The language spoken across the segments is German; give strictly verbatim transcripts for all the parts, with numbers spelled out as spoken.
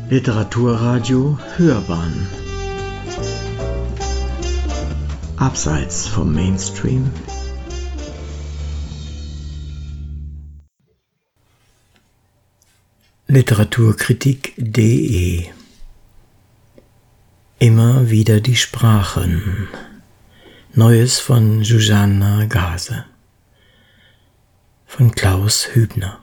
Literaturradio Hörbahn Abseits vom Mainstream. Literaturkritik punkt de Immer wieder die Sprachen. Neues von Zsuzsanna Gase von Klaus Hübner.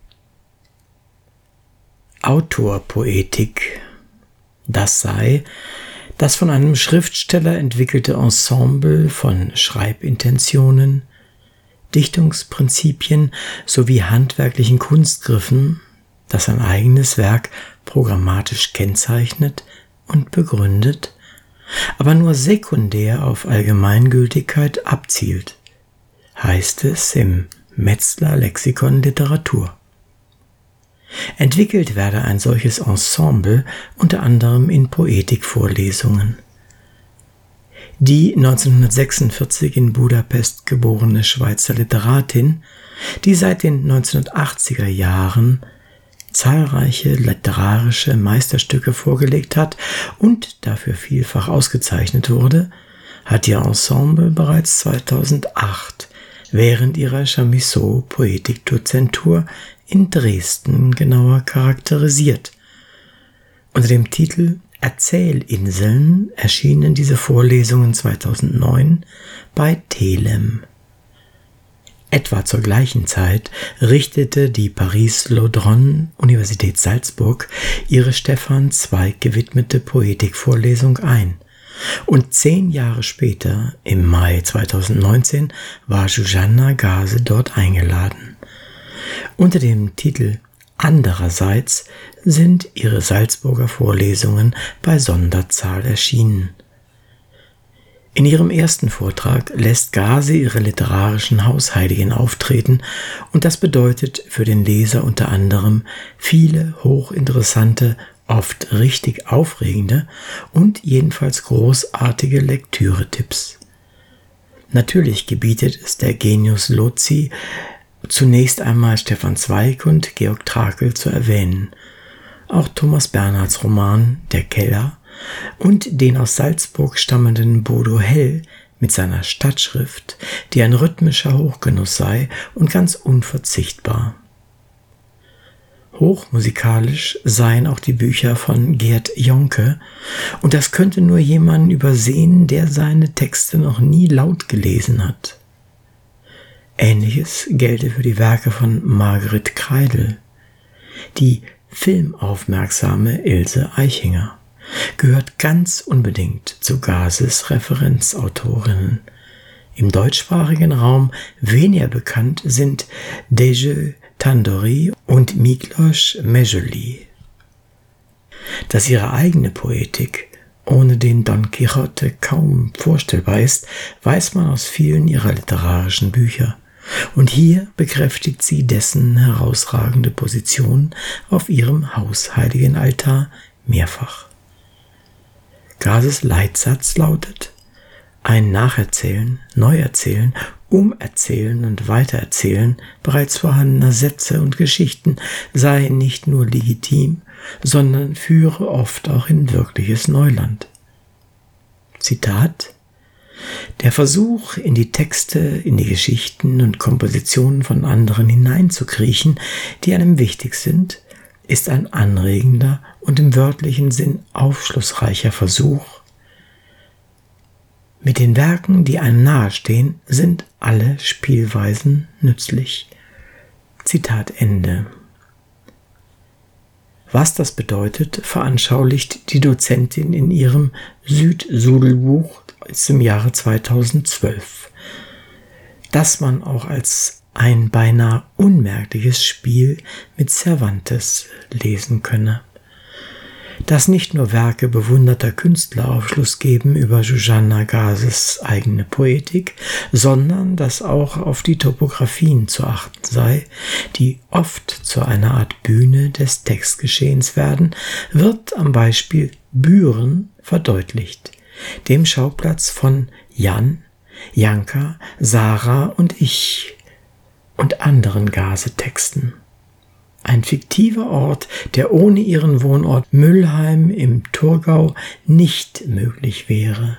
Autorpoetik, das sei das von einem Schriftsteller entwickelte Ensemble von Schreibintentionen, Dichtungsprinzipien sowie handwerklichen Kunstgriffen, das ein eigenes Werk programmatisch kennzeichnet und begründet, aber nur sekundär auf Allgemeingültigkeit abzielt, heißt es im Metzler Lexikon Literatur. Entwickelt werde ein solches Ensemble unter anderem in Poetikvorlesungen. Die neunzehnhundertsechsundvierzig in Budapest geborene Schweizer Literatin, die seit den neunzehnhundertachtziger Jahren zahlreiche literarische Meisterstücke vorgelegt hat und dafür vielfach ausgezeichnet wurde, hat ihr Ensemble bereits zweitausendacht während ihrer Chamisso-Poetikdozentur in Dresden genauer charakterisiert. Unter dem Titel Erzählinseln erschienen diese Vorlesungen zweitausendneun bei Telem. Etwa zur gleichen Zeit richtete die Paris-Lodron-Universität Salzburg ihre Stefan Zweig gewidmete Poetikvorlesung ein. Und zehn Jahre später, im Mai zweitausendneunzehn, war Zsuzsanna Gase dort eingeladen. Unter dem Titel Andererseits sind ihre Salzburger Vorlesungen bei Sonderzahl erschienen. In ihrem ersten Vortrag lässt Gase ihre literarischen Hausheiligen auftreten und das bedeutet für den Leser unter anderem viele hochinteressante, oft richtig aufregende und jedenfalls großartige Lektüre-Tipps. Natürlich gebietet es der Genius loci, zunächst einmal Stefan Zweig und Georg Trakl zu erwähnen. Auch Thomas Bernhards Roman Der Keller und den aus Salzburg stammenden Bodo Hell mit seiner Stadtschrift, die ein rhythmischer Hochgenuss sei und ganz unverzichtbar. Hochmusikalisch seien auch die Bücher von Gerd Jonke, und das könnte nur jemanden übersehen, der seine Texte noch nie laut gelesen hat. Ähnliches gelte für die Werke von Margret Kreidl. Die filmaufmerksame Ilse Aichinger gehört ganz unbedingt zu Gases Referenzautorinnen. Im deutschsprachigen Raum weniger bekannt sind Dejeu Tandori und Miklos Mejoli. Dass ihre eigene Poetik ohne den Don Quixote kaum vorstellbar ist, weiß man aus vielen ihrer literarischen Bücher. Und hier bekräftigt sie dessen herausragende Position auf ihrem Hausheiligenaltar mehrfach. Gases Leitsatz lautet: Ein Nacherzählen, Neuerzählen, Umerzählen und Weitererzählen bereits vorhandener Sätze und Geschichten sei nicht nur legitim, sondern führe oft auch in wirkliches Neuland. Zitat: Der Versuch, in die Texte, in die Geschichten und Kompositionen von anderen hineinzukriechen, die einem wichtig sind, ist ein anregender und im wörtlichen Sinn aufschlussreicher Versuch. Mit den Werken, die einem nahestehen, sind alle Spielweisen nützlich. Zitat Ende. Was das bedeutet, veranschaulicht die Dozentin in ihrem Südsudelbuch im Jahre zweitausendzwölf, das man auch als ein beinahe unmerkliches Spiel mit Cervantes lesen könne. Dass nicht nur Werke bewunderter Künstler Aufschluss geben über Zsuzsanna Gases eigene Poetik, sondern dass auch auf die Topographien zu achten sei, die oft zu einer Art Bühne des Textgeschehens werden, wird am Beispiel Büren verdeutlicht, dem Schauplatz von Jan, Janka, Sarah und ich und anderen Gase-Texten. ein fiktiver Ort, der ohne ihren Wohnort Müllheim im Thurgau nicht möglich wäre.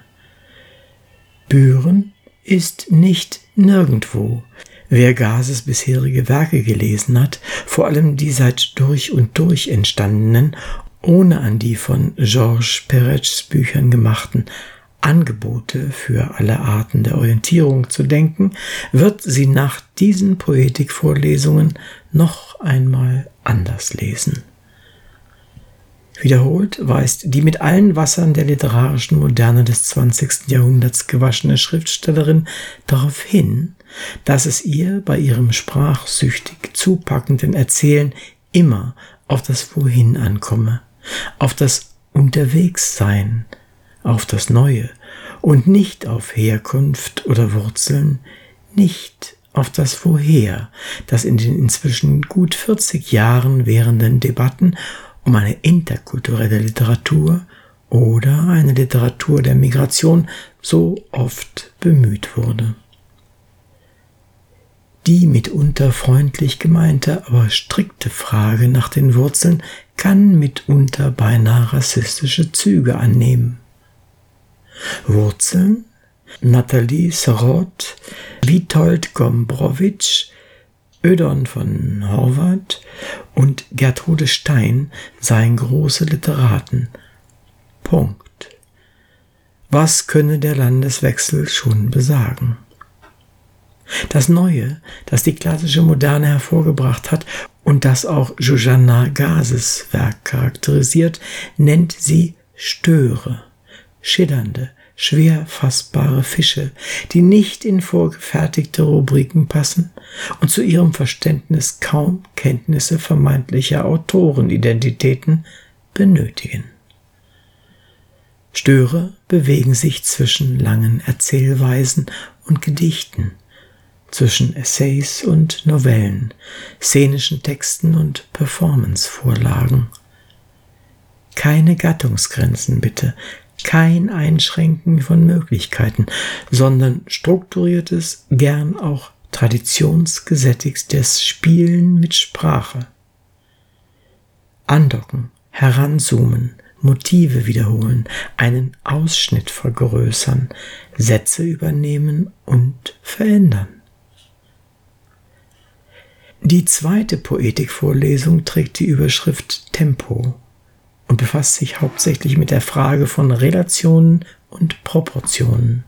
Büren ist nicht nirgendwo. Wer Gazes bisherige Werke gelesen hat, vor allem die seit durch und durch entstandenen, ohne an die von Georges Perecs Büchern gemachten Angebote für alle Arten der Orientierung zu denken, wird sie nach diesen Poetikvorlesungen noch einmal anders lesen. Wiederholt weist die mit allen Wassern der literarischen Moderne des zwanzigsten Jahrhunderts gewaschene Schriftstellerin darauf hin, dass es ihr bei ihrem sprachsüchtig zupackenden Erzählen immer auf das Wohin ankomme, auf das Unterwegssein, auf das Neue und nicht auf Herkunft oder Wurzeln, nicht auf das Woher, das in den inzwischen gut vierzig Jahren währenden Debatten um eine interkulturelle Literatur oder eine Literatur der Migration so oft bemüht wurde. Die mitunter freundlich gemeinte, aber strikte Frage nach den Wurzeln kann mitunter beinahe rassistische Züge annehmen. Wurzeln? Nathalie Sarraute, Witold Gombrowicz, Ödon von Horvath und Gertrude Stein seien große Literaten. Punkt. Was könne der Landeswechsel schon besagen? Das Neue, das die klassische Moderne hervorgebracht hat und das auch Zsuzsanna Gazes Werk charakterisiert, nennt sie Störe, schillernde, schwer fassbare Fische, die nicht in vorgefertigte Rubriken passen und zu ihrem Verständnis kaum Kenntnisse vermeintlicher Autorenidentitäten benötigen. Störe bewegen sich zwischen langen Erzählweisen und Gedichten, zwischen Essays und Novellen, szenischen Texten und Performancevorlagen. Keine Gattungsgrenzen bitte, kein Einschränken von Möglichkeiten, sondern strukturiertes, gern auch traditionsgesättigtes Spielen mit Sprache. Andocken, heranzoomen, Motive wiederholen, einen Ausschnitt vergrößern, Sätze übernehmen und verändern. Die zweite Poetikvorlesung trägt die Überschrift Tempo und befasst sich hauptsächlich mit der Frage von Relationen und Proportionen.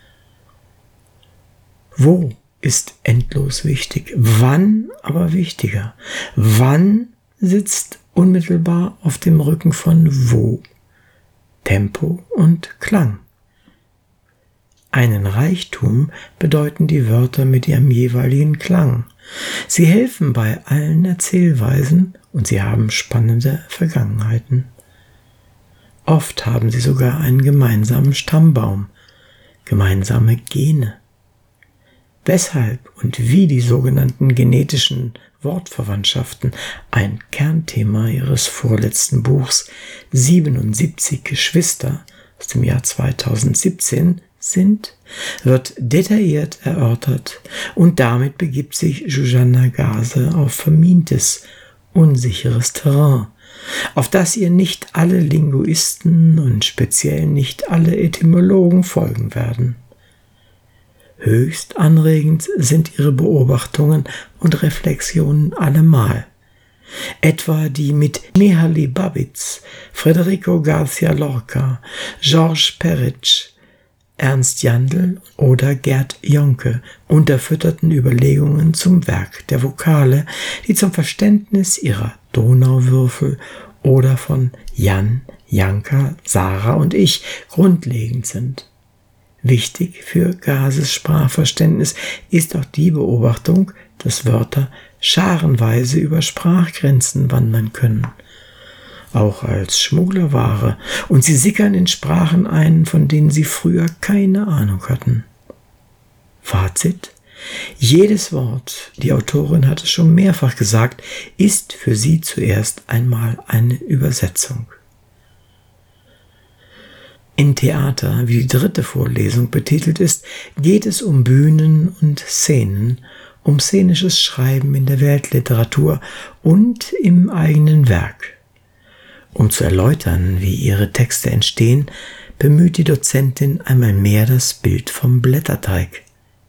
Wo ist endlos wichtig? Wann aber wichtiger? Wann sitzt unmittelbar auf dem Rücken von wo? Tempo und Klang. Einen Reichtum bedeuten die Wörter mit ihrem jeweiligen Klang. Sie helfen bei allen Erzählweisen und sie haben spannende Vergangenheiten. Oft haben sie sogar einen gemeinsamen Stammbaum, gemeinsame Gene. Weshalb und wie die sogenannten genetischen Wortverwandtschaften, ein Kernthema ihres vorletzten Buchs siebenundsiebzig Geschwister aus dem Jahr zweitausendsiebzehn sind, wird detailliert erörtert und damit begibt sich Zsuzsanna Gaze auf vermintes, unsicheres Terrain, auf das ihr nicht alle Linguisten und speziell nicht alle Etymologen folgen werden. Höchst anregend sind ihre Beobachtungen und Reflexionen allemal. Etwa die mit Mihaly Babitz, Federico García Lorca, Georges Perec, Ernst Jandl oder Gerd Jonke unterfütterten Überlegungen zum Werk der Vokale, die zum Verständnis ihrer Donauwürfel oder von Jan, Janka, Sarah und ich grundlegend sind. Wichtig für Gazes Sprachverständnis ist auch die Beobachtung, dass Wörter scharenweise über Sprachgrenzen wandern können, auch als Schmugglerware, und sie sickern in Sprachen ein, von denen sie früher keine Ahnung hatten. Fazit: Jedes Wort, die Autorin hat es schon mehrfach gesagt, ist für sie zuerst einmal eine Übersetzung. In Theater, wie die dritte Vorlesung betitelt ist, geht es um Bühnen und Szenen, um szenisches Schreiben in der Weltliteratur und im eigenen Werk. Um zu erläutern, wie ihre Texte entstehen, bemüht die Dozentin einmal mehr das Bild vom Blätterteig.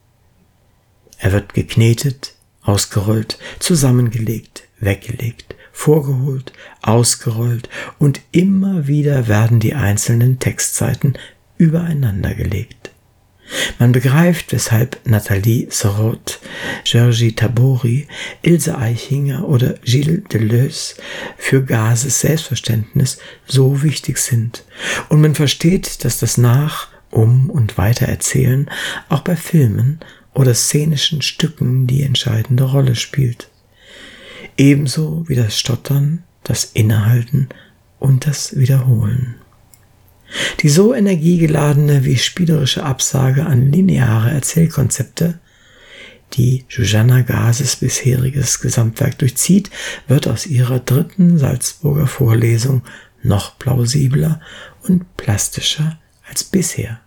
Er wird geknetet, ausgerollt, zusammengelegt, weggelegt, vorgeholt, ausgerollt und immer wieder werden die einzelnen Textseiten übereinander gelegt. Man begreift, weshalb Nathalie Sarraute, Georgie Tabori, Ilse Aichinger oder Gilles Deleuze für Gazes Selbstverständnis so wichtig sind. Und man versteht, dass das Nach-, Um- und Weitererzählen auch bei Filmen oder szenischen Stücken die entscheidende Rolle spielt. Ebenso wie das Stottern, das Innehalten und das Wiederholen. Die so energiegeladene wie spielerische Absage an lineare Erzählkonzepte, die Zsuzsanna Gazes bisheriges Gesamtwerk durchzieht, wird aus ihrer dritten Salzburger Vorlesung noch plausibler und plastischer als bisher.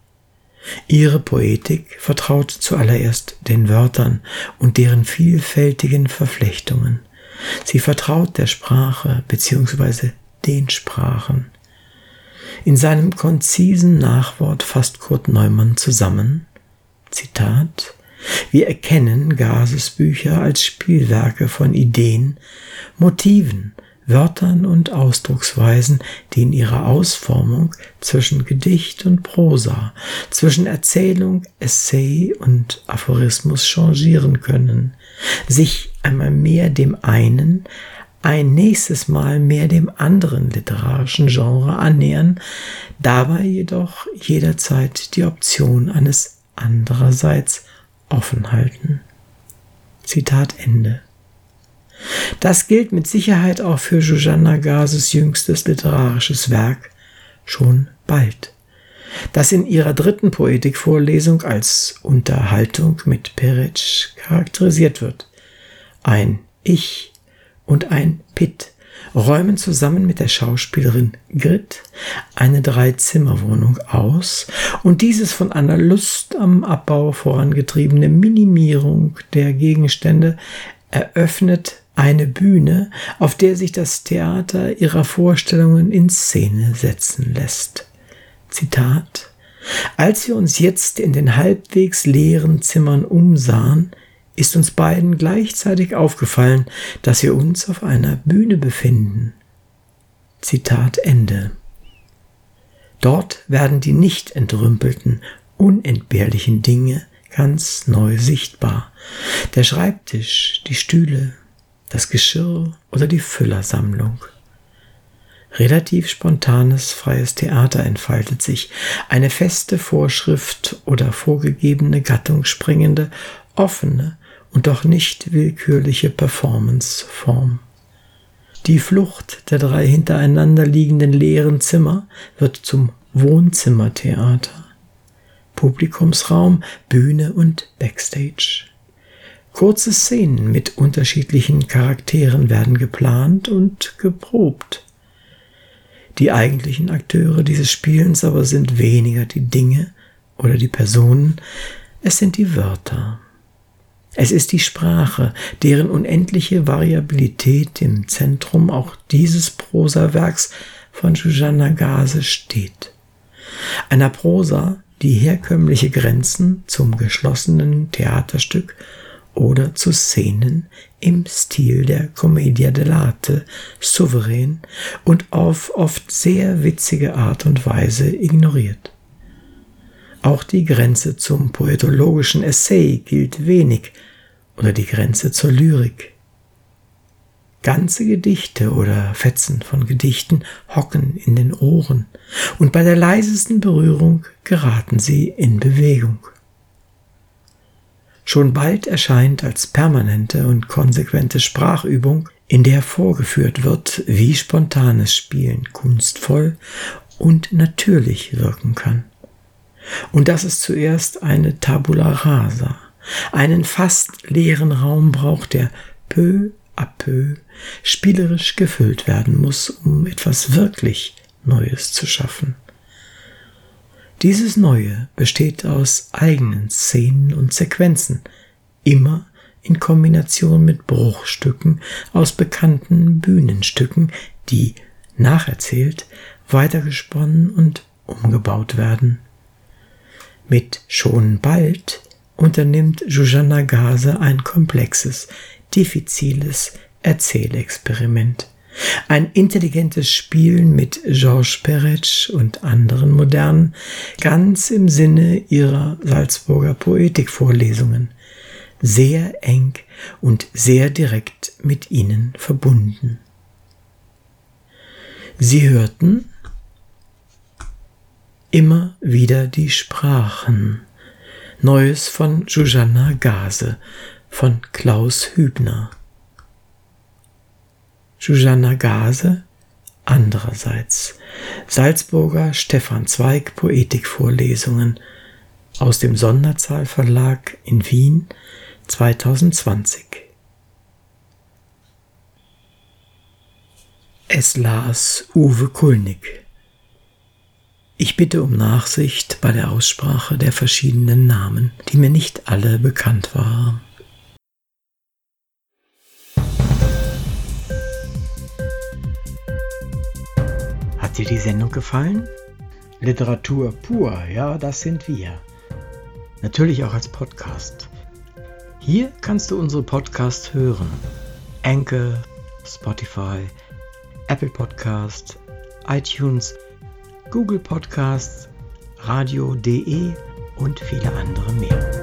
Ihre Poetik vertraut zuallererst den Wörtern und deren vielfältigen Verflechtungen. Sie vertraut der Sprache bzw. den Sprachen. In seinem konzisen Nachwort fasst Kurt Neumann zusammen, Zitat, wir erkennen Gazes Bücher als Spielwerke von Ideen, Motiven, Wörtern und Ausdrucksweisen, die in ihrer Ausformung zwischen Gedicht und Prosa, zwischen Erzählung, Essay und Aphorismus changieren können, sich einmal mehr dem einen, ein nächstes Mal mehr dem anderen literarischen Genre annähern, dabei jedoch jederzeit die Option eines andererseits offen halten. Zitat Ende. Das gilt mit Sicherheit auch für Zsuzsanna Gazes jüngstes literarisches Werk Schon bald, das in ihrer dritten Poetikvorlesung als Unterhaltung mit Peretsch charakterisiert wird. Ein Ich und ein Pitt räumen zusammen mit der Schauspielerin Grit eine Dreizimmerwohnung aus und dieses von einer Lust am Abbau vorangetriebene Minimierung der Gegenstände eröffnet eine Bühne, auf der sich das Theater ihrer Vorstellungen in Szene setzen lässt. Zitat: Als wir uns jetzt in den halbwegs leeren Zimmern umsahen, ist uns beiden gleichzeitig aufgefallen, dass wir uns auf einer Bühne befinden. Zitat Ende. Dort werden die nicht entrümpelten, unentbehrlichen Dinge ganz neu sichtbar. Der Schreibtisch, die Stühle, das Geschirr oder die Füllersammlung. Relativ spontanes, freies Theater entfaltet sich, eine feste Vorschrift oder vorgegebene gattungsspringende, offene und doch nicht willkürliche Performanceform. Die Flucht der drei hintereinander liegenden leeren Zimmer wird zum Wohnzimmertheater. Publikumsraum, Bühne und Backstage. Kurze Szenen mit unterschiedlichen Charakteren werden geplant und geprobt. Die eigentlichen Akteure dieses Spielens aber sind weniger die Dinge oder die Personen, es sind die Wörter. Es ist die Sprache, deren unendliche Variabilität im Zentrum auch dieses Prosawerks von Zsuzsanna Gaze steht. Einer Prosa, die herkömmliche Grenzen zum geschlossenen Theaterstück oder zu Szenen im Stil der Commedia dell'arte souverän und auf oft sehr witzige Art und Weise ignoriert. Auch die Grenze zum poetologischen Essay gilt wenig oder die Grenze zur Lyrik. Ganze Gedichte oder Fetzen von Gedichten hocken in den Ohren und bei der leisesten Berührung geraten sie in Bewegung. Schon bald erscheint als permanente und konsequente Sprachübung, in der vorgeführt wird, wie spontanes Spielen kunstvoll und natürlich wirken kann. Und dass es zuerst eine Tabula rasa, einen fast leeren Raum braucht, der peu à peu spielerisch gefüllt werden muss, um etwas wirklich Neues zu schaffen. Dieses Neue besteht aus eigenen Szenen und Sequenzen, immer in Kombination mit Bruchstücken aus bekannten Bühnenstücken, die, nacherzählt, weitergesponnen und umgebaut werden. Mit Schon bald unternimmt Zsuzsanna Gase ein komplexes, diffiziles Erzählexperiment. Ein intelligentes Spielen mit Georges Perec und anderen Modernen, ganz im Sinne ihrer Salzburger Poetikvorlesungen, sehr eng und sehr direkt mit ihnen verbunden. Sie hörten immer wieder die Sprachen. Neues von Zsuzsanna Gase von Klaus Hübner. Zsuzsanna Gase andererseits. Salzburger Stefan Zweig Poetikvorlesungen aus dem Sonderzahl Verlag in Wien zweitausendzwanzig. Es las Uwe Kulnig. Ich bitte um Nachsicht bei der Aussprache der verschiedenen Namen, die mir nicht alle bekannt waren. Hat dir die Sendung gefallen? Literatur pur, ja, das sind wir. Natürlich auch als Podcast. Hier kannst du unsere Podcasts hören. Anchor, Spotify, Apple Podcast, iTunes, Google Podcasts, radio punkt de und viele andere mehr.